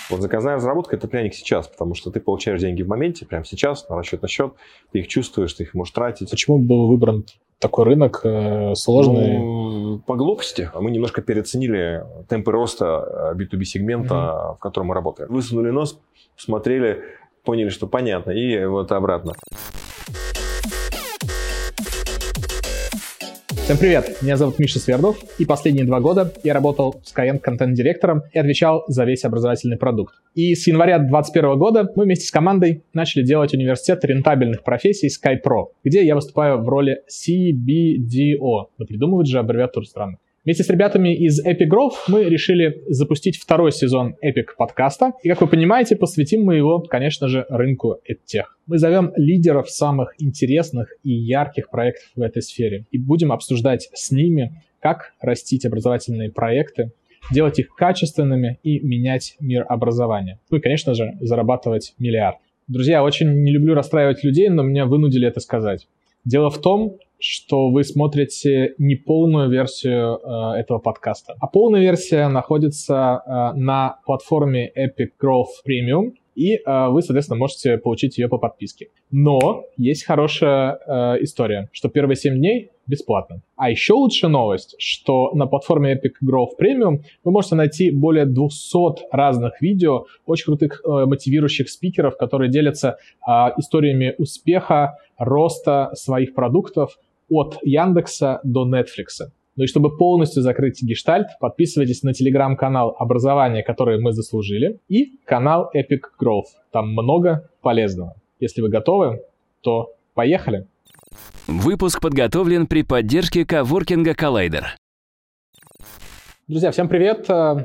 Вот заказная разработка – это пряник сейчас, потому что ты получаешь деньги в моменте, прямо сейчас, на расчетный счет, ты их чувствуешь, ты их можешь тратить. Почему был выбран такой рынок сложный? Ну, по глупости. Мы немножко переоценили темпы роста B2B-сегмента, в котором мы работаем. Высунули нос, посмотрели, поняли, что понятно, и вот обратно. Всем привет, меня зовут Миша Свердов, и последние 2 года я работал Skyeng контент-директором и отвечал за весь образовательный продукт. И с января 2021 года мы вместе с командой начали делать университет рентабельных профессий SkyPro, где я выступаю в роли CBDO. Но придумывать же аббревиатуру странно. Вместе с ребятами из Epic Growth мы решили запустить 2-й сезон Epic подкаста. И, как вы понимаете, посвятим мы его, конечно же, рынку EdTech. Мы зовем лидеров самых интересных и ярких проектов в этой сфере. И будем обсуждать с ними, как растить образовательные проекты, делать их качественными и менять мир образования. Ну и, конечно же, зарабатывать миллиард. Друзья, очень не люблю расстраивать людей, но меня вынудили это сказать. Дело в том, что вы смотрите не полную версию этого подкаста. А полная версия находится на платформе Epic Growth Premium, и вы, соответственно, можете получить ее по подписке. Но есть хорошая история, что первые 7 дней бесплатно. А еще лучшая новость, что на платформе Epic Growth Premium вы можете найти более 200 разных видео, очень крутых мотивирующих спикеров, которые делятся историями успеха, роста своих продуктов от Яндекса до Netflix. Ну и чтобы полностью закрыть гештальт, подписывайтесь на телеграм-канал «Образование, которое мы заслужили», и канал Epic Growth. Там много полезного. Если вы готовы, то поехали! Выпуск подготовлен при поддержке коворкинга Collider. Друзья, всем привет!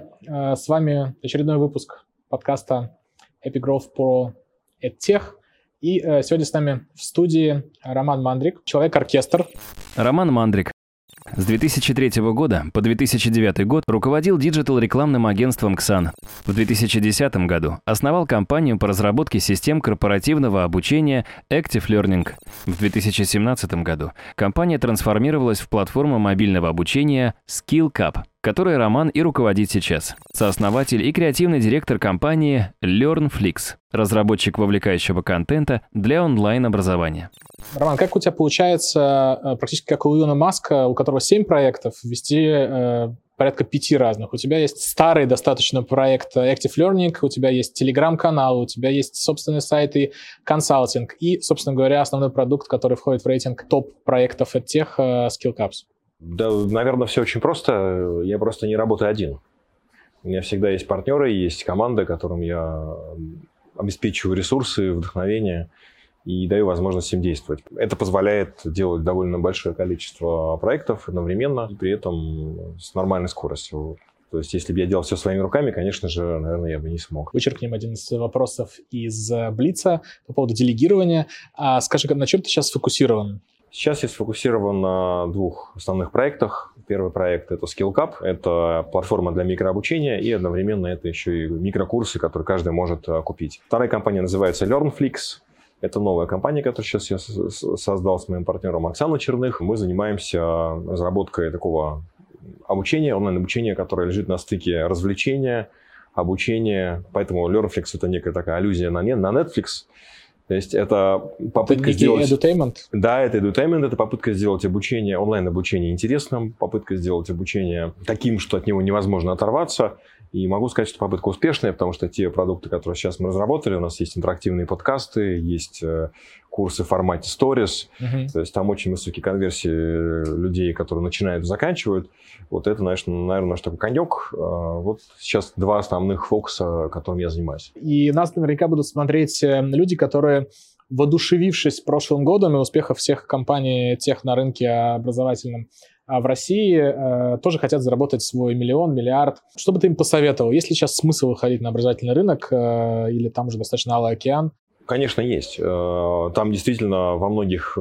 С вами очередной выпуск подкаста Epic Growth про EdTech. И сегодня с нами в студии Роман Мандрик, человек-оркестр. Роман Мандрик. С 2003 года по 2009 год руководил диджитал-рекламным агентством «Ксан». В 2010 году основал компанию по разработке систем корпоративного обучения Active Learning. В 2017 году компания трансформировалась в платформу мобильного обучения SkillCap, которой Роман и руководит сейчас. Сооснователь и креативный директор компании LearnFlix, разработчик вовлекающего контента для онлайн-образования. Роман, как у тебя получается, практически как у Илона Маска, у которого 7 проектов, вести порядка 5 разных? У тебя есть старый достаточно проект Active Learning, у тебя есть телеграм-канал, у тебя есть собственный сайт и консалтинг, и, собственно говоря, основной продукт, который входит в рейтинг топ-проектов EdTech SkillCaps. Да, наверное, все очень просто. Я просто не работаю один. У меня всегда есть партнеры, есть команда, которым я обеспечиваю ресурсы, вдохновение и даю возможность им действовать. Это позволяет делать довольно большое количество проектов одновременно, и при этом с нормальной скоростью. То есть, если бы я делал все своими руками, конечно же, наверное, я бы не смог. Вычеркнем один из вопросов из Блица по поводу делегирования. Скажи, на чем ты сейчас сфокусирован? Сейчас я сфокусирован на 2 основных проектах. Первый проект – это SkillCap. Это платформа для микрообучения, и одновременно это еще и микрокурсы, которые каждый может купить. Вторая компания называется LearnFlix. Это новая компания, которую сейчас я создал с моим партнером Оксаной Черных. Мы занимаемся разработкой такого обучения, онлайн-обучения, которое лежит на стыке развлечения, обучения. Поэтому LearnFlix – это некая такая аллюзия на Netflix. То есть это попытка сделать... edutainment? Да, это edutainment, это попытка сделать обучение, онлайн-обучение интересным, попытка сделать обучение таким, что от него невозможно оторваться. И могу сказать, что попытка успешная, потому что те продукты, которые сейчас мы разработали, у нас есть интерактивные подкасты, есть курсы в формате Stories, то есть там очень высокие конверсии людей, которые начинают и заканчивают. Вот это, наверное, наш такой конек. Вот сейчас 2 основных фокуса, которым я занимаюсь. И нас наверняка будут смотреть люди, которые, воодушевившись прошлым годом и успехом всех компаний тех на рынке образовательном в России, тоже хотят заработать свой миллиард. Что бы ты им посоветовал? Есть ли сейчас смысл выходить на образовательный рынок или там уже достаточно алый океан? Конечно, есть. Там действительно во многих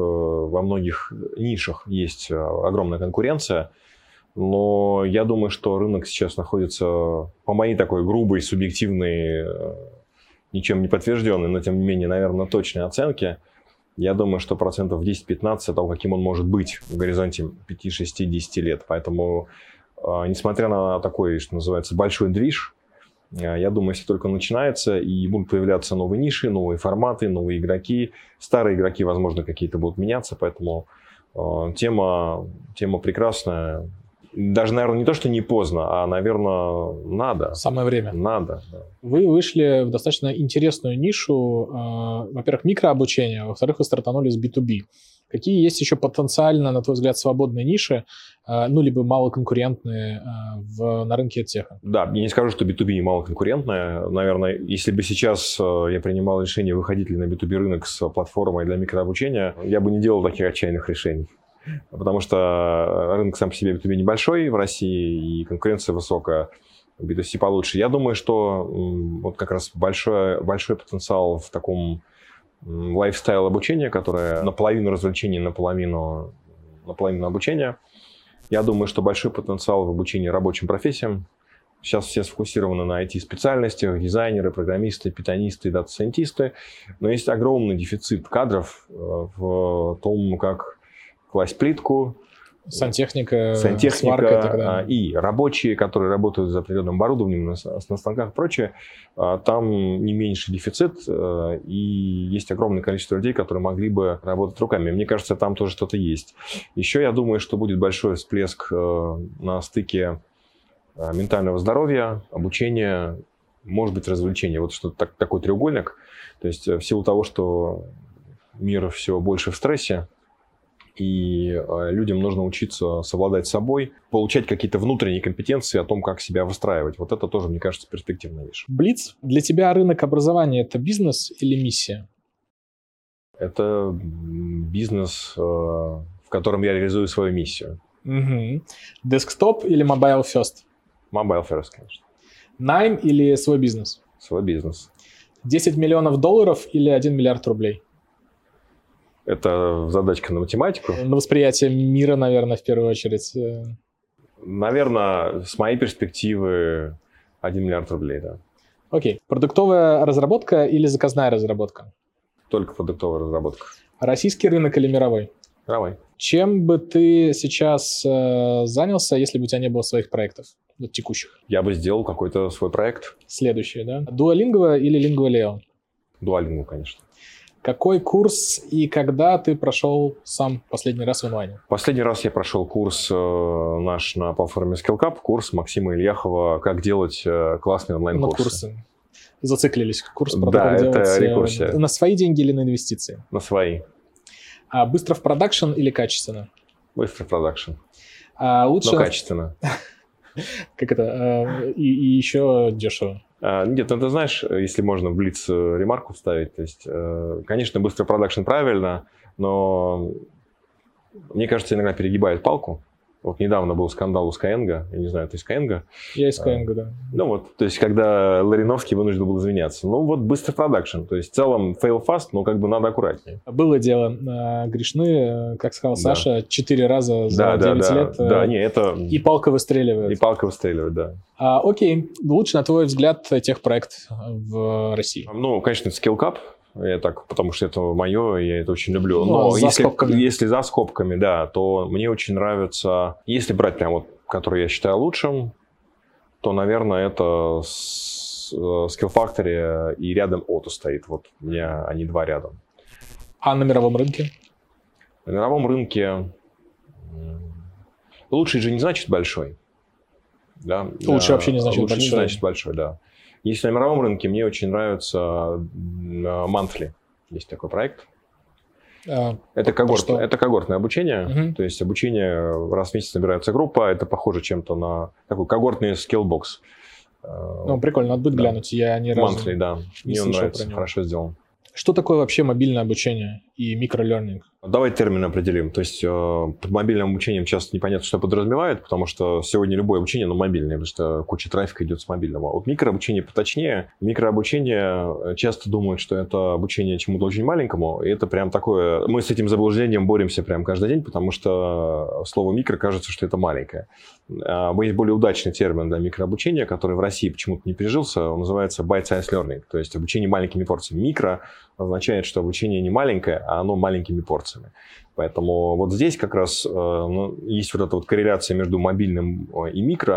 нишах есть огромная конкуренция. Но я думаю, что рынок сейчас находится, по моей такой грубой, субъективной, ничем не подтвержденной, но тем не менее, наверное, точной оценке. Я думаю, что 10-15% от того, каким он может быть в горизонте 5, 6, 10 лет. Поэтому, несмотря на такой, что называется, большой движ, Я думаю, если только начинается, и будут появляться новые ниши, новые форматы, новые игроки. Старые игроки, возможно, какие-то будут меняться, поэтому тема прекрасная. Даже, наверное, не то, что не поздно, а, наверное, надо. Самое время. Надо, да. Вы вышли в достаточно интересную нишу. Во-первых, микрообучение, во-вторых, вы стартанули с B2B. Какие есть еще потенциально, на твой взгляд, свободные ниши, либо малоконкурентные на рынке теха? Да, я не скажу, что B2B не малоконкурентная. Наверное, если бы сейчас я принимал решение, выходить ли на B2B рынок с платформой для микрообучения, я бы не делал таких отчаянных решений. Потому что рынок сам по себе B2B небольшой в России, и конкуренция высокая, B2C получше. Я думаю, что вот как раз большой потенциал в таком лайфстайл обучения, которое наполовину развлечений, наполовину обучения. Я думаю, что большой потенциал в обучении рабочим профессиям. Сейчас все сфокусированы на IT-специальностях, дизайнеры, программисты, питонисты, дата-сайентисты. Но есть огромный дефицит кадров в том, как класть плитку, сантехника, сварка и так далее. И рабочие, которые работают за определенным оборудованием на станках и прочее, там не меньше дефицит, и есть огромное количество людей, которые могли бы работать руками. Мне кажется, там тоже что-то есть. Еще я думаю, что будет большой всплеск на стыке ментального здоровья, обучения, может быть, развлечения. Вот что-то такой треугольник. То есть в силу того, что мир все больше в стрессе, и людям нужно учиться совладать с собой, получать какие-то внутренние компетенции о том, как себя выстраивать. Вот это тоже, мне кажется, перспективная вещь. Блиц, для тебя рынок образования – это бизнес или миссия? Это бизнес, в котором я реализую свою миссию. Угу. Десктоп или mobile first? Mobile first, конечно. Найм или свой бизнес? Свой бизнес. 10 миллионов долларов или 1 миллиард рублей? Это задачка на математику. На восприятие мира, наверное, в первую очередь. Наверное, с моей перспективы 1 миллиард рублей, да. Окей. Продуктовая разработка или заказная разработка? Только продуктовая разработка. Российский рынок или мировой? Мировой. Чем бы ты сейчас занялся, если бы у тебя не было своих проектов, вот текущих? Я бы сделал какой-то свой проект. Следующее, да? Duolingo или Lingualeo? Duolingo, конечно. Какой курс и когда ты прошел сам последний раз в онлайне? Последний раз я прошел курс наш на платформе SkillCap, курс Максима Ильяхова «Как делать классные онлайн-курсы». Зациклились. Курс про да, то, как это делать рекурсия. На свои деньги или на инвестиции? На свои. А быстро в продакшн или качественно? Быстро в продакшн. Лучше... Но качественно. Как это? И еще дешево. Нет, ну ты знаешь, если можно в блиц ремарку вставить, то есть, конечно, быстрый продакшн правильно, но мне кажется, иногда перегибает палку. Вот недавно был скандал у Skyeng, я не знаю, ты из Skyeng? Я из Skyeng, да. Ну вот, то есть, когда Лариновский вынужден был извиняться. Ну вот, быстрый продакшн, то есть, в целом, fail fast, но как бы надо аккуратнее. Было дело, грешны, как сказал Саша, 4 раза за 9 лет. Да, не, это... И палка выстреливает. И палка выстреливает, да. Окей, лучше, на твой взгляд, техпроект в России? Ну, конечно, это SkillCap. Я так, потому что это мое, я это очень люблю. Ну, но если за скобками, да, то мне очень нравится, если брать прям вот, который я считаю лучшим, то, наверное, это Skill Factory и рядом Otto стоит. Вот у меня они два рядом. А на мировом рынке? На мировом рынке лучший же не значит большой. Да? Лучше вообще не значит лучше большой. Не значит большой, да. Если на мировом рынке, мне очень нравится Monthly. Есть такой проект. Это когортное обучение. Угу. То есть обучение раз в месяц набирается группа. Это похоже чем-то на такой когортный Skillbox. Ну, прикольно, надо будет глянуть. Я ни разу Monthly, да. Мне он нравится, хорошо сделан. Что такое вообще мобильное обучение и микролернинг? Давай термин определим. То есть под мобильным обучением часто непонятно, что подразумевает, потому что сегодня любое обучение, но мобильное, потому что куча трафика идет с мобильного. Вот микрообучение поточнее. Микрообучение часто думают, что это обучение чему-то очень маленькому, и это прям такое... Мы с этим заблуждением боремся прям каждый день, потому что слово «микро» кажется, что это маленькое. Есть более удачный термин для микрообучения, который в России почему-то не прижился, он называется bite-size learning, то есть обучение маленькими порциями. Микро означает, что обучение не маленькое, а оно маленькими порциями. Поэтому вот здесь как раз есть вот эта вот корреляция между мобильным и микро.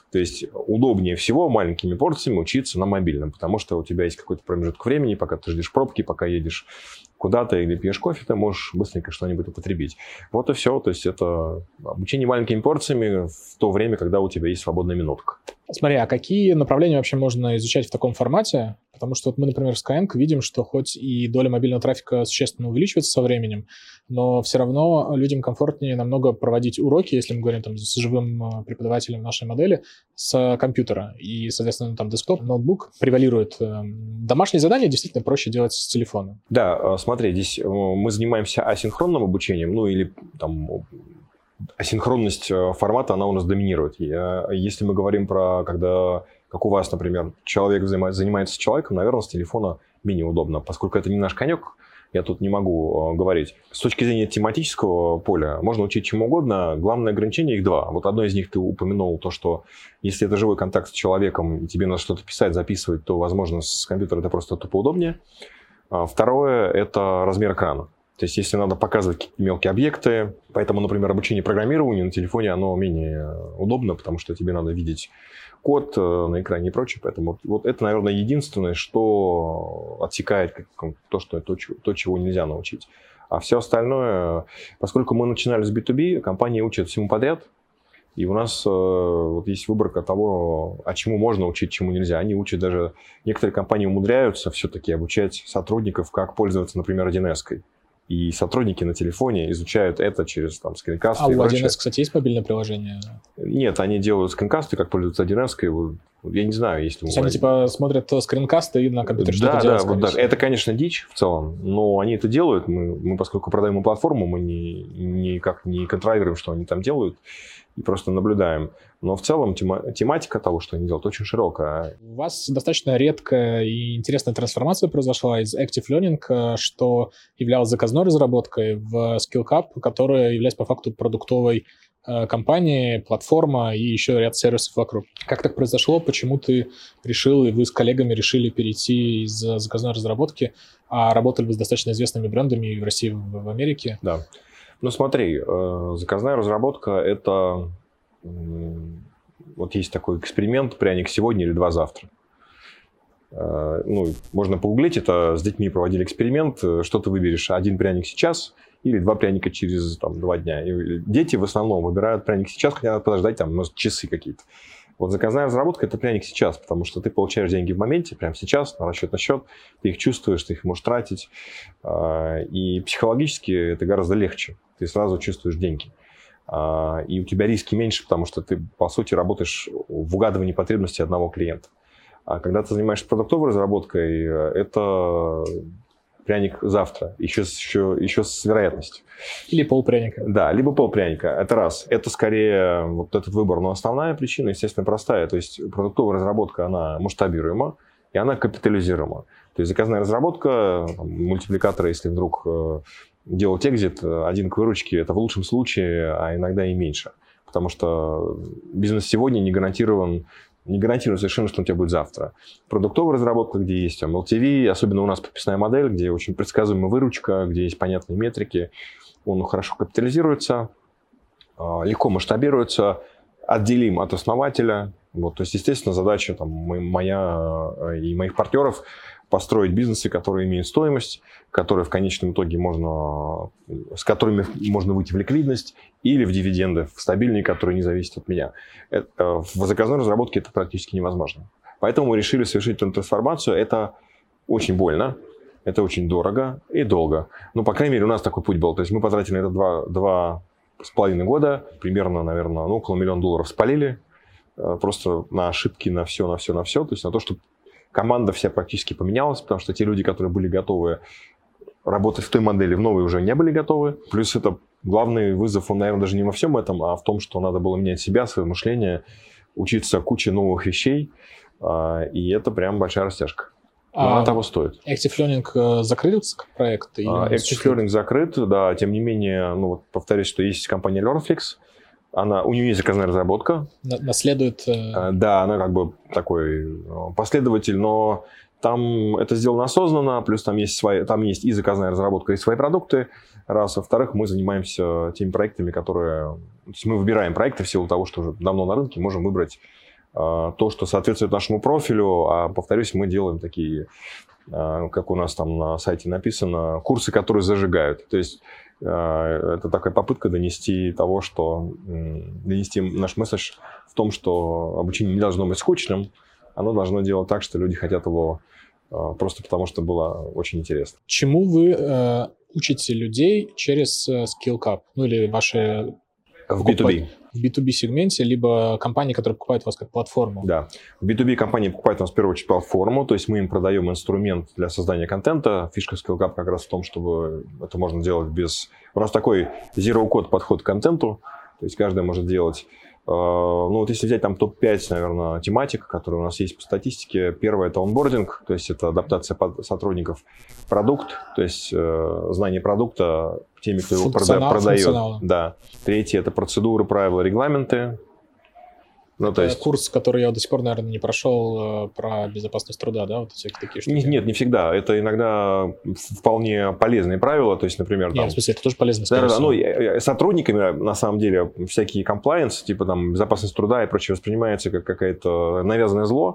То есть удобнее всего маленькими порциями учиться на мобильном, потому что у тебя есть какой-то промежуток времени, пока ты ждешь пробки, пока едешь куда-то или пьешь кофе, ты можешь быстренько что-нибудь употребить. Вот и все. То есть это обучение маленькими порциями в то время, когда у тебя есть свободная минутка. Смотри, а какие направления вообще можно изучать в таком формате? Потому что вот мы, например, в Skyeng видим, что хоть и доля мобильного трафика существенно увеличивается со временем, но все равно людям комфортнее намного проводить уроки, если мы говорим там с живым преподавателем нашей модели, с компьютера. И, соответственно, там десктоп, ноутбук превалирует. Домашние задания действительно проще делать с телефона. Да, смотри, здесь мы занимаемся асинхронным обучением, ну или там асинхронность формата, она у нас доминирует. Если мы говорим про, когда, как у вас, например, человек занимается с человеком, наверное, с телефона менее удобно, поскольку это не наш конек, я тут не могу говорить. С точки зрения тематического поля можно учить чему угодно, главное ограничение их два. Вот одно из них ты упомянул, то, что если это живой контакт с человеком, и тебе надо что-то писать, записывать, то, возможно, с компьютера это просто тупо удобнее. Второе – это размер экрана. То есть, если надо показывать какие-то мелкие объекты, поэтому, например, обучение программированию на телефоне, оно менее удобно, потому что тебе надо видеть код на экране и прочее. Поэтому вот это, наверное, единственное, что отсекает то, чего нельзя научить. А все остальное, поскольку мы начинали с B2B, компании учат всему подряд, и у нас вот есть выборка того, чему можно учить, чему нельзя. Они учат даже, некоторые компании умудряются все-таки обучать сотрудников, как пользоваться, например, 1С-кой. И сотрудники на телефоне изучают это через там, скринкасты. А у 1С, кстати, есть мобильное приложение? Нет, они делают скринкасты, как пользоваться 1С-кой. Я не знаю, есть ли... Они типа смотрят скринкасты и на компьютере что-то делают. Да, вот это, конечно, дичь в целом, но они это делают. Мы поскольку продаем им платформу, мы никак не контролируем, что они там делают, и просто наблюдаем. Но в целом тематика того, что они делают, очень широкая. У вас достаточно редкая и интересная трансформация произошла из Active Learning, что являлось заказной разработкой, в SkillCap, которая является по факту продуктовой компанией, платформа и еще ряд сервисов вокруг. Как так произошло? Почему ты решил, и вы с коллегами решили перейти из заказной разработки, а работали вы с достаточно известными брендами и в России, и в Америке? Да. Ну смотри, заказная разработка – это... Вот есть такой эксперимент, пряник сегодня или два завтра. Можно погуглить это, с детьми проводили эксперимент, что ты выберешь, один пряник сейчас или два пряника через 2 дня. И дети в основном выбирают пряник сейчас, хотя надо подождать, может, часы какие-то. Вот заказная разработка – это пряник сейчас, потому что ты получаешь деньги в моменте, прямо сейчас, на расчетный счет, ты их чувствуешь, ты их можешь тратить. И психологически это гораздо легче, ты сразу чувствуешь деньги. И у тебя риски меньше, потому что ты, по сути, работаешь в угадывании потребностей одного клиента. А когда ты занимаешься продуктовой разработкой, это пряник завтра, еще с вероятностью. Или полпряника. Да, либо полпряника. Это раз. Это скорее вот этот выбор. Но основная причина, естественно, простая. То есть продуктовая разработка, она масштабируема, и она капитализируема. То есть заказная разработка, мультипликатор, если вдруг делать экзит, один к выручке, это в лучшем случае, а иногда и меньше. Потому что бизнес сегодня не гарантирует совершенно, что у тебя будет завтра. Продуктовая разработка, где есть LTV, особенно у нас подписная модель, где очень предсказуемая выручка, где есть понятные метрики, он хорошо капитализируется, легко масштабируется, отделим от основателя. Вот, то есть, естественно, задача моя и моих партнеров построить бизнесы, которые имеют стоимость, которые в конечном итоге с которыми можно выйти в ликвидность или в дивиденды, в стабильные, которые не зависят от меня. В заказной разработке это практически невозможно. Поэтому мы решили совершить эту трансформацию. Это очень больно, это очень дорого и долго. Ну, по крайней мере, у нас такой путь был. То есть мы потратили на это 2,5 года, примерно, наверное, около $1 миллион спалили. Просто на ошибки, на все. То есть на то, что команда вся практически поменялась, потому что те люди, которые были готовы работать в той модели, в новой уже не были готовы. Плюс это главный вызов, он, наверное, даже не во всем этом, а в том, что надо было менять себя, свое мышление, учиться куче новых вещей. И это прям большая растяжка. Но она того стоит. Active Learning закрылся как проект? Active Learning закрыт, да. Тем не менее, повторюсь, что есть компания LearnFlix. У нее есть заказная разработка. Наследует... Да, она как бы такой последователь, но там это сделано осознанно, плюс там есть и заказная разработка, и свои продукты. Раз. Во-вторых, мы занимаемся теми проектами, которые... То есть мы выбираем проекты в силу того, что уже давно на рынке, можем выбрать то, что соответствует нашему профилю, а, повторюсь, мы делаем такие, как у нас там на сайте написано, курсы, которые зажигают. То есть это такая попытка донести наш месседж в том, что обучение не должно быть скучным, оно должно делать так, что люди хотят его просто потому, что было очень интересно. Чему вы учите людей через SkillCap? Ну или ваши... В B2B. В B2B-сегменте, либо компании, которые покупают вас как платформу? Да. В B2B компании покупают у нас в первую очередь платформу, то есть мы им продаем инструмент для создания контента. Фишка SkillCap как раз в том, чтобы это можно делать без... У нас такой zero-code подход к контенту, то есть каждый может делать... Ну вот если взять там топ-5, наверное, тематик, которые у нас есть по статистике, первое – это онбординг, то есть это адаптация сотрудников, продукт, то есть знание продукта теми, кто его продает. Да. Третье – это процедуры, правила, регламенты. Ну, то есть... Курс, который я до сих пор, наверное, не прошел, про безопасность труда, да, вот всякие такие штуки? Нет, не всегда. Это иногда вполне полезные правила, то есть, например... Нет, в смысле, это тоже полезно. Да, ну, сотрудниками, на самом деле, всякие комплаенс, типа там безопасность труда и прочее, воспринимается как какое-то навязанное зло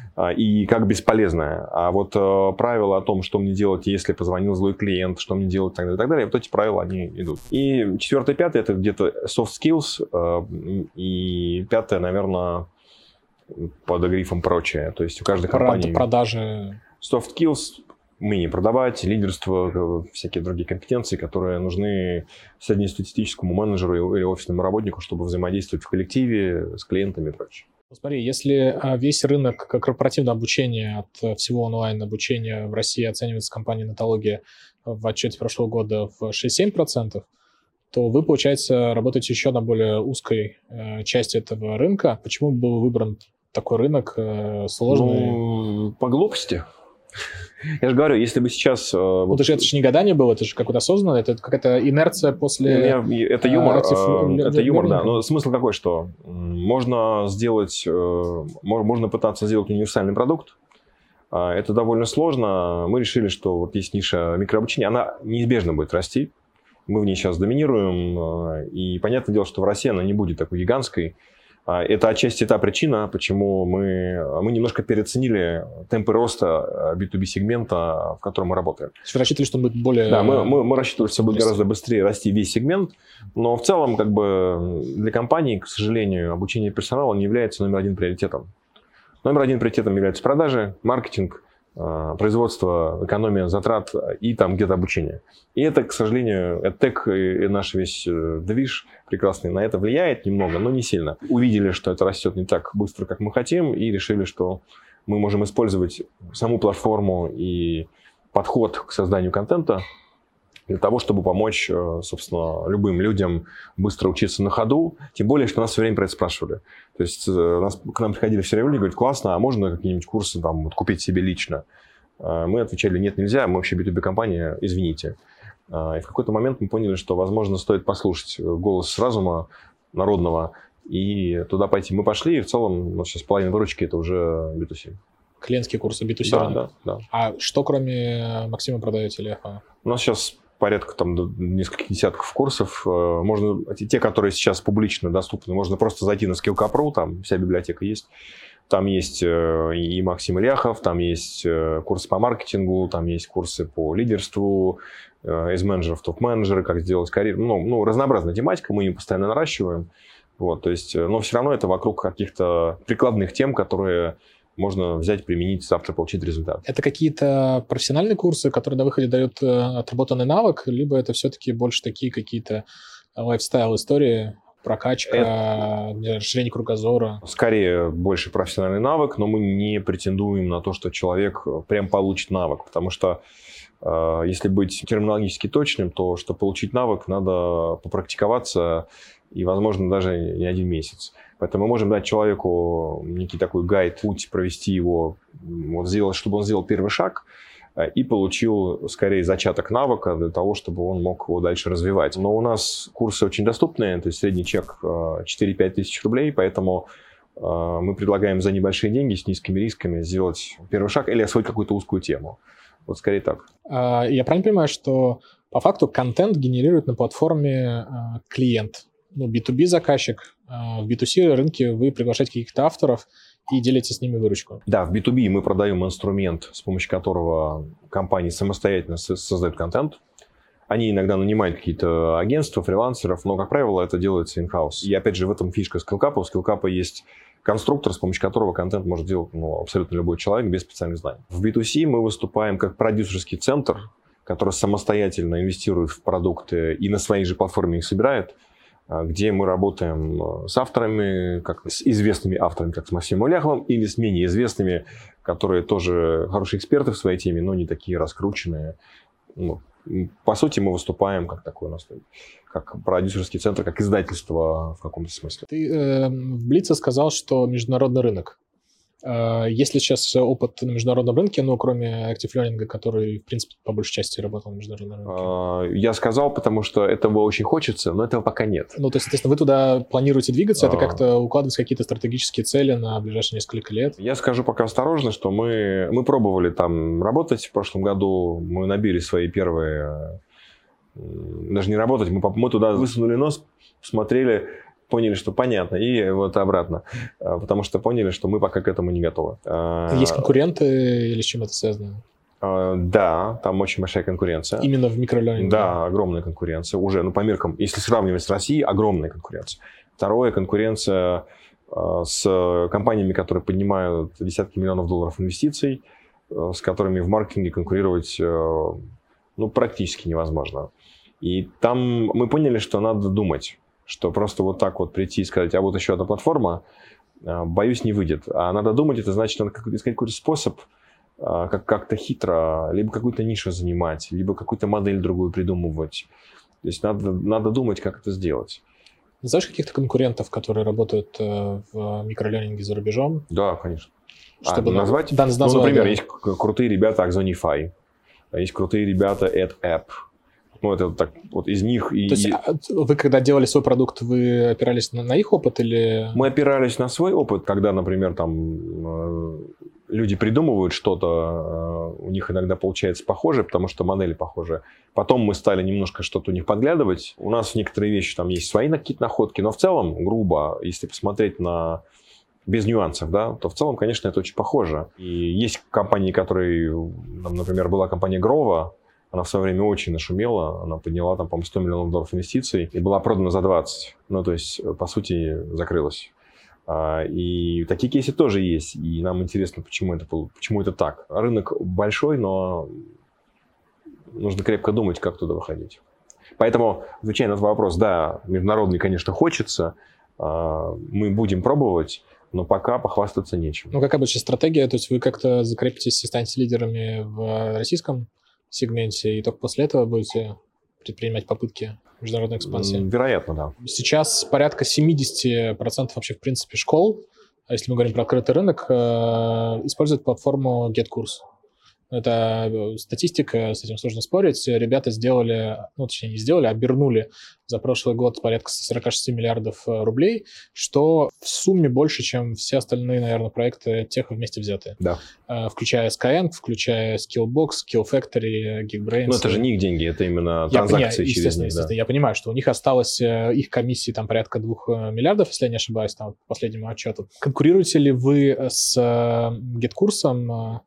и как бесполезное. А вот правила о том, что мне делать, если позвонил злой клиент, что мне делать и так далее, вот эти правила, они идут. И четвертое, пятое, это где-то soft skills, и пятое, наверное, под грифом прочее. То есть у каждой компании... Продажи... Soft skills, умение продавать, лидерство, всякие другие компетенции, которые нужны среднестатистическому менеджеру или офисному работнику, чтобы взаимодействовать в коллективе с клиентами и прочее. Смотри, если весь рынок корпоративного обучения от всего онлайн-обучения в России оценивается компанией Натология в отчете прошлого года в 6-7%, то вы, получается, работаете еще на более узкой части этого рынка. Почему был выбран такой рынок сложный? Ну, по глупости. Я же говорю, если бы сейчас... Ну, это же не гадание было, это же какое-то осознанное, это какая-то инерция после... Это юмор, это юмор, да. Но смысл какой, что можно пытаться сделать универсальный продукт. Это довольно сложно. Мы решили, что вот есть ниша микрообучения, она неизбежно будет расти. Мы в ней сейчас доминируем. И понятное дело, что в России она не будет такой гигантской. Это отчасти та причина, почему мы немножко переоценили темпы роста B2B-сегмента, в котором мы работаем. То есть вы рассчитывали, что он будет более... Да, мы рассчитывали, что будет гораздо быстрее расти весь сегмент, но в целом как бы для компаний, к сожалению, обучение персонала не является номер один приоритетом. Номер один приоритетом являются продажи, маркетинг, производство, экономия затрат и там где-то обучение. И это, к сожалению, EdTech и наш весь движ прекрасный на это влияет немного, но не сильно. Увидели, что это растет не так быстро, как мы хотим, и решили, что мы можем использовать саму платформу и подход к созданию контента для того, чтобы помочь, собственно, любым людям быстро учиться на ходу. Тем более, что нас все время про это спрашивали. То есть к нам приходили все время люди, говорят, классно, а можно какие-нибудь курсы там, вот, купить себе лично? Мы отвечали, нет, нельзя, мы вообще B2B-компания, извините. И в какой-то момент мы поняли, что, возможно, стоит послушать голос разума народного и туда пойти. Мы пошли, и в целом сейчас половина выручки – это уже B2C. Клиентские курсы B2C? Да. А что кроме Максима продаете, Леха? У нас сейчас порядка там нескольких десятков курсов. Можно, те, которые сейчас публично доступны, можно просто зайти на SkillCap.ru, там вся библиотека есть. Там есть и Максим Ильяхов, там есть курсы по маркетингу, там есть курсы по лидерству, из менеджеров топ-менеджеры, как сделать карьеру. Ну, разнообразная тематика, мы ее постоянно наращиваем. Вот, то есть, но все равно это вокруг каких-то прикладных тем, которые можно взять, применить, завтра получить результат. Это какие-то профессиональные курсы, которые на выходе дают отработанный навык, либо это все-таки больше такие какие-то лайфстайл-истории, прокачка, расширение кругозора? Скорее, больше профессиональный навык, но мы не претендуем на то, что человек прям получит навык, потому что если быть терминологически точным, то, чтобы получить навык, надо попрактиковаться и, возможно, даже не 1 месяц. Поэтому мы можем дать человеку некий такой гайд, путь, провести его, вот сделать, чтобы он сделал первый шаг и получил, скорее, зачаток навыка для того, чтобы он мог его дальше развивать. Но у нас курсы очень доступные, то есть средний чек 4-5 тысяч рублей, поэтому мы предлагаем за небольшие деньги с низкими рисками сделать первый шаг или освоить какую-то узкую тему. Вот скорее так. Я правильно понимаю, что по факту контент генерирует на платформе клиент? Ну, B2B заказчик, В B2C рынке вы приглашаете каких-то авторов и делите с ними выручку. Да, в B2B мы продаем инструмент, с помощью которого компании самостоятельно создают контент. Они иногда нанимают какие-то агентства, фрилансеров, но, как правило, это делается in-house. И, опять же, в этом фишка Skillcap. У Skillcap есть конструктор, с помощью которого контент может делать абсолютно любой человек без специальных знаний. В B2C мы выступаем как продюсерский центр, который самостоятельно инвестирует в продукты и на своей же платформе их собирает, где мы работаем с авторами, как с известными авторами, как с Максимом Уляховым, или с менее известными, которые тоже хорошие эксперты в своей теме, но не такие раскрученные. По сути, мы выступаем как такой у нас, как продюсерский центр, как издательство в каком-то смысле. Ты в Блице сказал, что международный рынок. Есть ли сейчас опыт на международном рынке, кроме Active Learning, который, в принципе, по большей части работал на международном рынке? Я сказал, потому что этого очень хочется, но этого пока нет. То есть, соответственно, вы туда планируете двигаться, это как-то укладывать какие-то стратегические цели на ближайшие несколько лет? Я скажу пока осторожно, что мы пробовали там работать в прошлом году, мы набили свои первые... Даже не работать, мы туда высунули нос, смотрели... Поняли, что понятно, и вот обратно. Потому что поняли, что мы пока к этому не готовы. Есть конкуренты или с чем это связано? Да, там очень большая конкуренция. Именно в микролернинге? Да, огромная конкуренция. Уже, по меркам, если сравнивать с Россией, огромная конкуренция. Второе, конкуренция с компаниями, которые поднимают десятки миллионов долларов инвестиций, с которыми в маркетинге конкурировать практически невозможно. И там мы поняли, что надо думать. Что просто вот так вот прийти и сказать, а вот еще одна платформа, боюсь, не выйдет. А надо думать, это значит, надо искать какой-то способ как-то хитро, либо какую-то нишу занимать, либо какую-то модель другую придумывать. То есть надо думать, как это сделать. Знаешь каких-то конкурентов, которые работают в микролернинге за рубежом? Да, конечно. Чтобы назвать? Да, например, да. Есть крутые ребята Axonify, есть крутые ребята AdApp. Это так вот из них. То есть вы, когда делали свой продукт, вы опирались на их опыт или... Мы опирались на свой опыт, когда, например, там люди придумывают что-то, у них иногда получается похоже, потому что модели похожи. Потом мы стали немножко что-то у них подглядывать. У нас некоторые вещи, там есть свои какие-то находки, но в целом, грубо, если посмотреть без нюансов, да, то в целом, конечно, это очень похоже. И есть компании, которые, например, была компания Grova. Она в свое время очень нашумела, она подняла там, по-моему, $100 миллионов инвестиций и была продана за 20. То есть, по сути, закрылась. И такие кейсы тоже есть. И нам интересно, почему это так. Рынок большой, но нужно крепко думать, как туда выходить. Поэтому, отвечая на этот вопрос, да, международный, конечно, хочется. Мы будем пробовать, но пока похвастаться нечем. Какая будет сейчас стратегия? То есть вы как-то закрепитесь и станете лидерами в российском сегменте, и только после этого будете предпринимать попытки международной экспансии? Вероятно, да. Сейчас порядка 70% вообще, в принципе, школ, а если мы говорим про открытый рынок, используют платформу GetCourse. Это статистика, с этим сложно спорить. Ребята сделали, точнее не сделали, обернули за прошлый год порядка 46 миллиардов рублей, что в сумме больше, чем все остальные, наверное, проекты тех вместе взятые. Да. Включая Skyeng, включая Skillbox, Skillfactory, Geekbrains. Это же не их деньги, это именно транзакции через них. Естественно, я понимаю, что у них осталось их комиссии там порядка 2 миллиардов, если я не ошибаюсь, там, по последнему отчету. Конкурируете ли вы с GetCourse?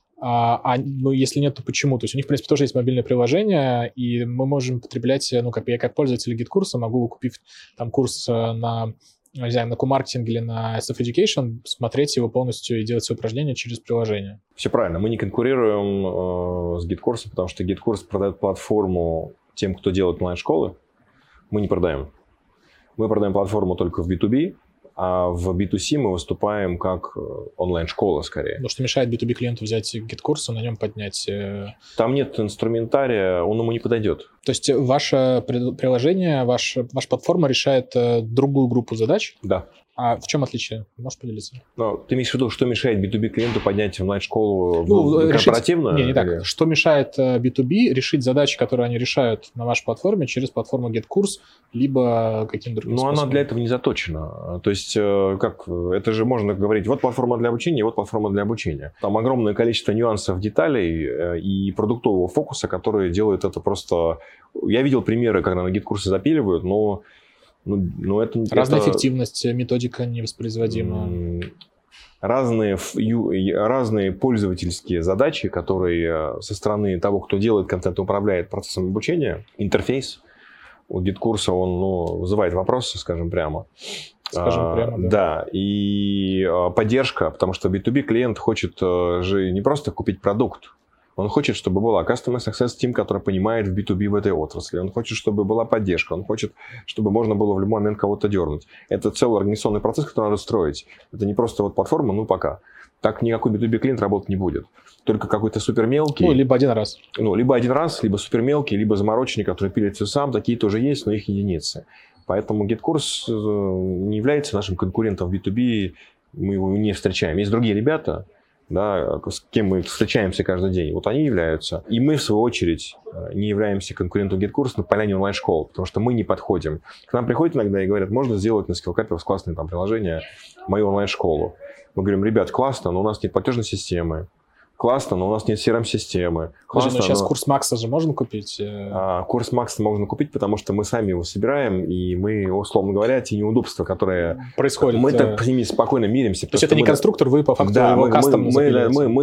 Если нет, то почему? То есть у них, в принципе, тоже есть мобильное приложение, и мы можем потреблять, я как пользователь GetCourse могу, купив там курс на Q-маркетинг или на SF Education, смотреть его полностью и делать все упражнения через приложение. Все правильно. Мы не конкурируем с GetCourse, потому что GetCourse продает платформу тем, кто делает онлайн-школы. Мы не продаем. Мы продаем платформу только в B2B, а в B2C мы выступаем как онлайн-школа скорее. Что мешает B2B клиенту взять GetCourse и на нем поднять? Там нет инструментария, он ему не подойдет. То есть ваше приложение, ваша платформа решает другую группу задач? Да. А в чем отличие? Можешь поделиться? Ты имеешь в виду, что мешает B2B клиенту поднять онлайн-школу корпоративную? Не так. Что мешает B2B решить задачи, которые они решают на вашей платформе через платформу GetCourse, либо каким-то другим способом? Она для этого не заточена. То есть, это же можно говорить, вот платформа для обучения, вот платформа для обучения. Там огромное количество нюансов, деталей и продуктового фокуса, которые делают это просто... Я видел примеры, когда на GetCourse запиливают, но Разная эффективность, методика невоспроизводима. Разные пользовательские задачи, которые со стороны того, кто делает контент и управляет процессом обучения, интерфейс у гид-курса, он вызывает вопросы, скажем прямо. Да, и поддержка, потому что B2B клиент хочет же не просто купить продукт, он хочет, чтобы была Customer Success Team, который понимает в B2B в этой отрасли. Он хочет, чтобы была поддержка. Он хочет, чтобы можно было в любой момент кого-то дернуть. Это целый организационный процесс, который надо строить. Это не просто вот платформа, пока. Так никакой B2B клиент работать не будет. Только какой-то супер мелкий. Либо один раз. Либо супер мелкий, либо замороченный, который пилит все сам. Такие тоже есть, но их единицы. Поэтому гид-курс не является нашим конкурентом в B2B. Мы его не встречаем. Есть другие ребята, да, с кем мы встречаемся каждый день, вот они являются. И мы, в свою очередь, не являемся конкурентом гид-курса на поляне онлайн-школ, потому что мы не подходим. К нам приходят иногда и говорят, можно сделать на Skillcap классное приложение, мою онлайн-школу. Мы говорим, ребят, классно, но у нас нет платежной системы. Классно, но у нас нет CRM-системы. Классно, сейчас курс Макса же можно купить? Курс Макса можно купить, потому что мы сами его собираем, и мы, условно говоря, те неудобства, которые происходят, мы так с ними спокойно миримся. То есть это не конструктор, вы по факту его кастомно запиливаете? Мы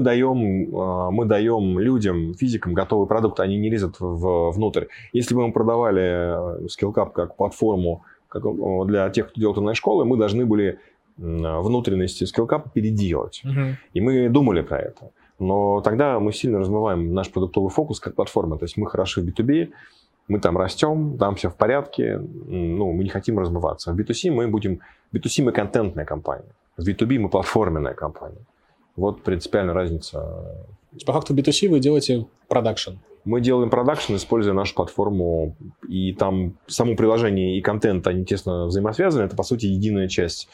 даем людям, физикам готовый продукт, они не лезут внутрь. Если бы мы продавали Skillcap как платформу для тех, кто делает онлайн-школы, мы должны были внутренности Skillcap переделать. И мы думали про это. Но тогда мы сильно размываем наш продуктовый фокус как платформа. То есть мы хороши в B2B, мы там растем, там все в порядке, мы не хотим размываться. В B2C мы контентная компания, в B2B мы платформенная компания. Вот принципиальная разница. По факту в B2C вы делаете продакшн. Мы делаем продакшн, используя нашу платформу, и там само приложение и контент, они тесно взаимосвязаны. Это, по сути, единая часть,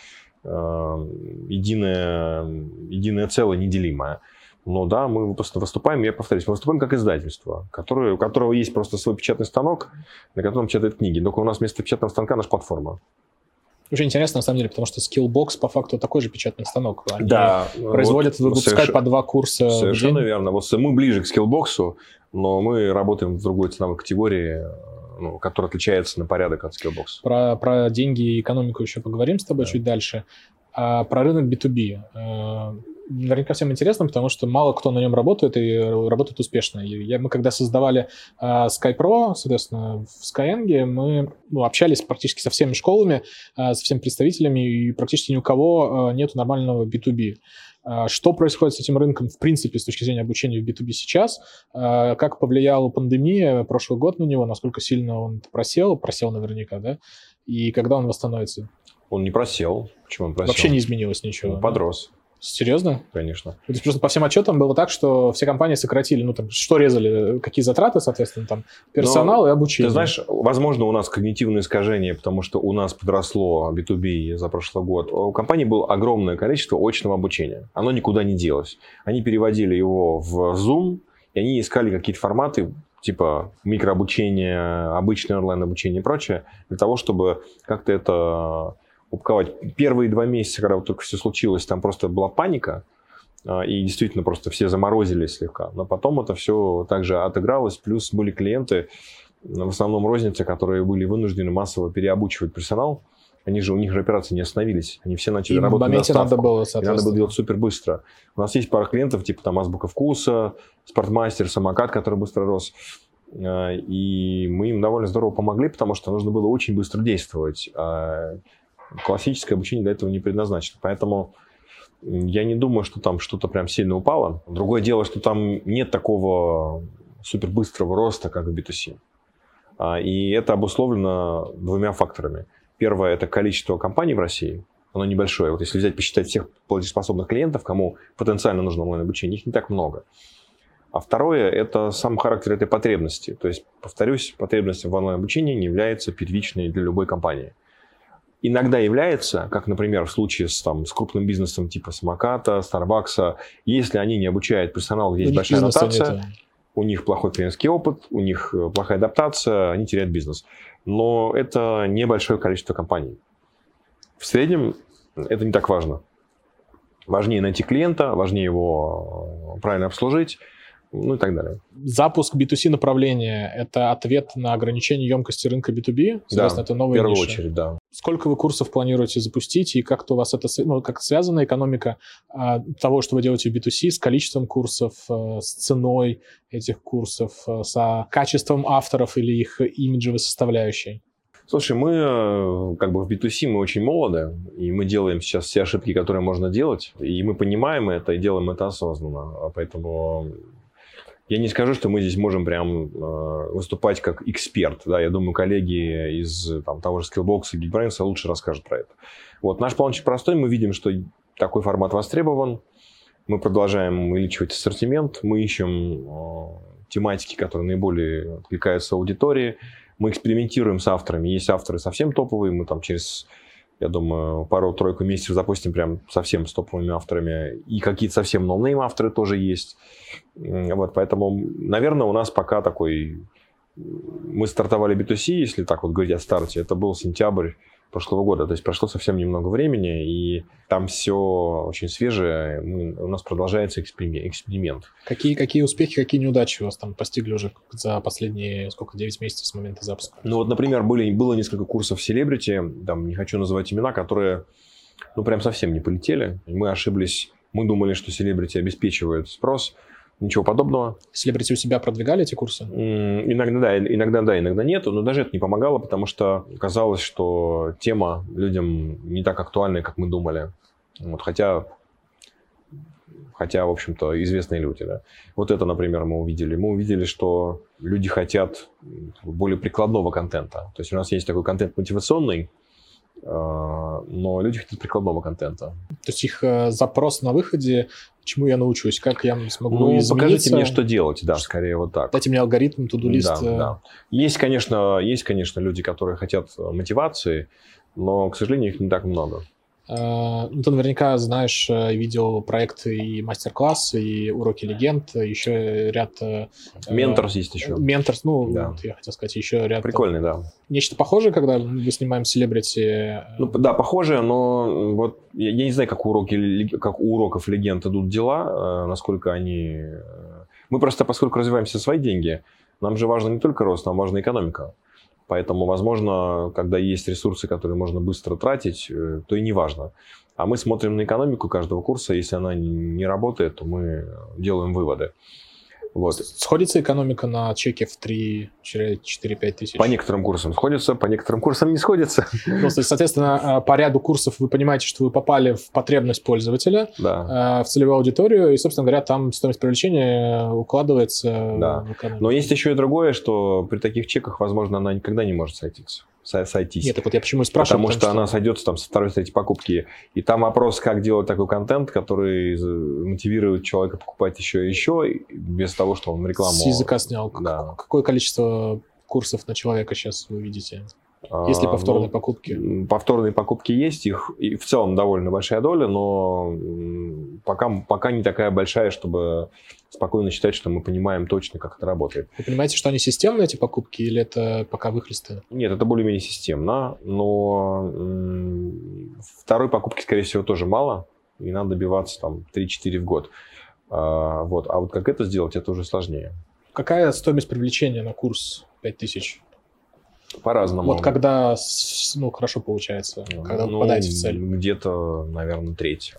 единое целое, неделимое. Но да, мы выступаем, я повторюсь, мы выступаем как издательство, у которого есть просто свой печатный станок, на котором печатают книги. Только у нас вместо печатного станка наша платформа. Очень интересно, на самом деле, потому что Skillbox по факту такой же печатный станок. Они производят, выпускают по 2 курса совершенно в день. Верно. Вот мы ближе к Skillbox, но мы работаем в другой ценовой категории, которая отличается на порядок от Skillbox. Про деньги и экономику еще поговорим с тобой чуть дальше. А про рынок B2B. Наверняка всем интересно, потому что мало кто на нем работает и работает успешно. Мы когда создавали SkyPro, соответственно, в Skyeng, мы общались практически со всеми школами, со всеми представителями, и практически ни у кого нет нормального B2B. Что происходит с этим рынком, в принципе, с точки зрения обучения в B2B сейчас? Как повлияла пандемия, прошлый год на него, насколько сильно он просел наверняка, да? И когда он восстановится? Он не просел. Почему он просел? Вообще не изменилось ничего. Он подрос. Серьезно? Конечно. То есть просто по всем отчетам было так, что все компании сократили, что резали, какие затраты, соответственно, там, персонал и обучение. Ты знаешь, возможно, у нас когнитивное искажение, потому что у нас подросло B2B за прошлый год. У компании было огромное количество очного обучения. Оно никуда не делось. Они переводили его в Zoom, и они искали какие-то форматы, типа микрообучение, обычное онлайн-обучение и прочее, для того, чтобы как-то это упаковать. Первые 2 месяца, когда вот только все случилось, там просто была паника, и действительно просто все заморозились слегка. Но потом это все также отыгралось, плюс были клиенты, в основном розницы, которые были вынуждены массово переобучивать персонал. У них же операции не остановились, они все начали работать на доставку. Надо было, и надо было делать супер быстро. У нас есть пара клиентов, типа там Азбука Вкуса, Спортмастер, Самокат, который быстро рос. И мы им довольно здорово помогли, потому что нужно было очень быстро действовать. Классическое обучение для этого не предназначено. Поэтому я не думаю, что там что-то прям сильно упало. Другое дело, что там нет такого супербыстрого роста, как в B2C. И это обусловлено 2 факторами. Первое – это количество компаний в России. Оно небольшое. Вот если взять, посчитать всех платежеспособных клиентов, кому потенциально нужно онлайн-обучение, их не так много. А второе – это сам характер этой потребности. То есть, повторюсь, потребность в онлайн-обучении не является первичной для любой компании. Иногда является, как, например, в случае с крупным бизнесом типа Самоката, Старбакса, если они не обучают персонал, есть большая ротация, у них плохой клиентский опыт, у них плохая адаптация, они теряют бизнес. Но это небольшое количество компаний. В среднем это не так важно. Важнее найти клиента, важнее его правильно обслужить, ну и так далее. Запуск B2C направления – это ответ на ограничение емкости рынка B2B? Соответственно, это новая в первую ниша. очередь, да. Сколько вы курсов планируете запустить, и как-то у вас это, как связана экономика того, что вы делаете в B2C, с количеством курсов, с ценой этих курсов, с качеством авторов или их имиджевой составляющей? Слушай, мы как бы в B2C мы очень молоды, и мы делаем сейчас все ошибки, которые можно делать, и мы понимаем это и делаем это осознанно. Поэтому я не скажу, что мы здесь можем прям выступать как эксперт. Да? Я думаю, коллеги из того же Skillbox и Geekbrains лучше расскажут про это. Вот. Наш план очень простой. Мы видим, что такой формат востребован. Мы продолжаем увеличивать ассортимент. Мы ищем тематики, которые наиболее откликаются аудитории. Мы экспериментируем с авторами. Есть авторы совсем топовые. Мы там через, я думаю, пару-тройку месяцев запустим прям совсем с топовыми авторами. И какие-то совсем ноунейм авторы тоже есть. Вот, поэтому, наверное, у нас пока такой... Мы стартовали B2C, если так вот говорить о старте. Это был сентябрь прошлого года. То есть прошло совсем немного времени, и там все очень свежее. У нас продолжается эксперимент. Какие успехи, какие неудачи у вас там постигли уже за последние, 9 месяцев с момента запуска? Ну вот, например, было несколько курсов селебрити, там не хочу называть имена, которые, прям совсем не полетели. Мы ошиблись, мы думали, что селебрити обеспечивают спрос. Ничего подобного. Селебрити у себя продвигали эти курсы? Иногда иногда нет. Но даже это не помогало, потому что казалось, что тема людям не так актуальна, как мы думали. Вот, хотя, в общем-то, известные люди. Да. Вот это, например, мы увидели. Мы увидели, что люди хотят более прикладного контента. То есть у нас есть такой контент мотивационный, но люди хотят прикладного контента. То есть их запрос на выходе, чему я научусь, как я смогу измениться? Покажите мне, что делать, да, скорее вот так. Дайте мне алгоритм, туду-лист. Да. Есть, конечно, люди, которые хотят мотивации, но, к сожалению, их не так много. Ты наверняка знаешь, видел проекты и мастер-классы, и уроки легенд, еще ряд... Менторс есть еще. Менторс, да. Я хотел сказать, еще ряд... Прикольный, да. Нечто похожее, когда мы снимаем селебрити? Да, похожее, но вот я не знаю, как у уроков легенд идут дела, насколько они... Мы просто, поскольку развиваемся свои деньги, нам же важно не только рост, нам важна экономика. Поэтому, возможно, когда есть ресурсы, которые можно быстро тратить, то и не важно. А мы смотрим на экономику каждого курса. Если она не работает, то мы делаем выводы. Вот. Сходится экономика на чеке в 3-4-5 тысяч? По некоторым курсам сходится, по некоторым курсам не сходится. Соответственно, по ряду курсов вы понимаете, что вы попали в потребность пользователя, в целевую аудиторию, и, собственно говоря, там стоимость привлечения укладывается в экономику. Но есть еще и другое, что при таких чеках, возможно, она никогда не может сойтись. Нет, так вот я почему и спрашиваю. Потому что она сойдется там со второй-третьей покупки. И там вопрос, как делать такой контент, который мотивирует человека покупать еще и еще, без того, что он рекламу... С языка снял. Да. Какое количество курсов на человека сейчас вы видите? Есть ли повторные покупки? Повторные покупки есть, их и в целом довольно большая доля, но пока не такая большая, чтобы спокойно считать, что мы понимаем точно, как это работает. Вы понимаете, что они системные, эти покупки, или это пока выхлесты? Нет, это более-менее системно, но второй покупки, скорее всего, тоже мало, и надо добиваться там 3-4 в год. Вот. А вот как это сделать, это уже сложнее. Какая стоимость привлечения на курс 5000? По-разному. Вот когда хорошо получается, когда вы попадаете в цель? Где-то, наверное, треть.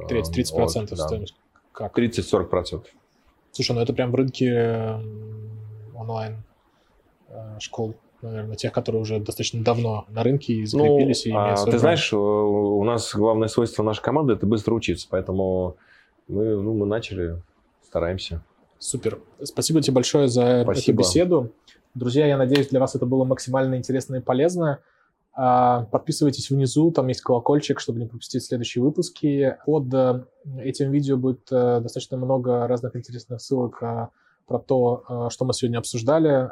30% стоимость. Как? 30-40%. Слушай, это прям в рынке онлайн школ, наверное, тех, которые уже достаточно давно на рынке и закрепились. И имеют свой ты знаешь, у нас главное свойство нашей команды – это быстро учиться, поэтому мы начали, стараемся. Супер. Спасибо тебе большое за эту беседу. Друзья, я надеюсь, для вас это было максимально интересно и полезно. Подписывайтесь внизу, там есть колокольчик, чтобы не пропустить следующие выпуски. Под этим видео будет достаточно много разных интересных ссылок про то, что мы сегодня обсуждали,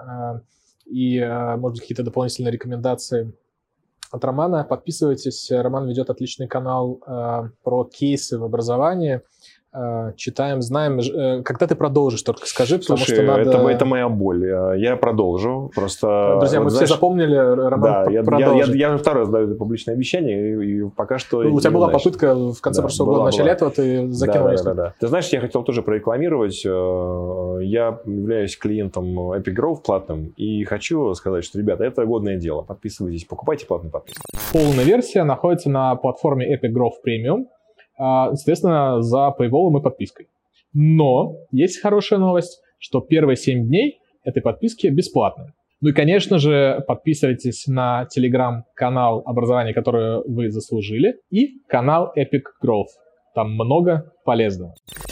и, может быть, какие-то дополнительные рекомендации от Романа. Подписывайтесь, Роман ведет отличный канал про кейсы в образовании. читаем, знаем. Когда ты продолжишь, только скажи, потому Слушай, что надо... это моя боль. Я продолжу. Просто, Друзья, мы все запомнили, Роман продолжит. Я второй раз даю это публичное обещание, и пока что... У тебя была попытка в конце прошлого года, в начале этого, ты закинул несколько. Да. Ты знаешь, я хотел тоже прорекламировать. Я являюсь клиентом Epic Growth платным, и хочу сказать, что, ребята, это годное дело. Подписывайтесь, покупайте платную подписку. Полная версия находится на платформе Epic Growth Premium, соответственно, за paywall и подпиской. Но есть хорошая новость, что первые 7 дней этой подписки бесплатны. Ну и, конечно же, подписывайтесь на телеграм-канал образования, которое вы заслужили, и канал Epic Growth. Там много полезного.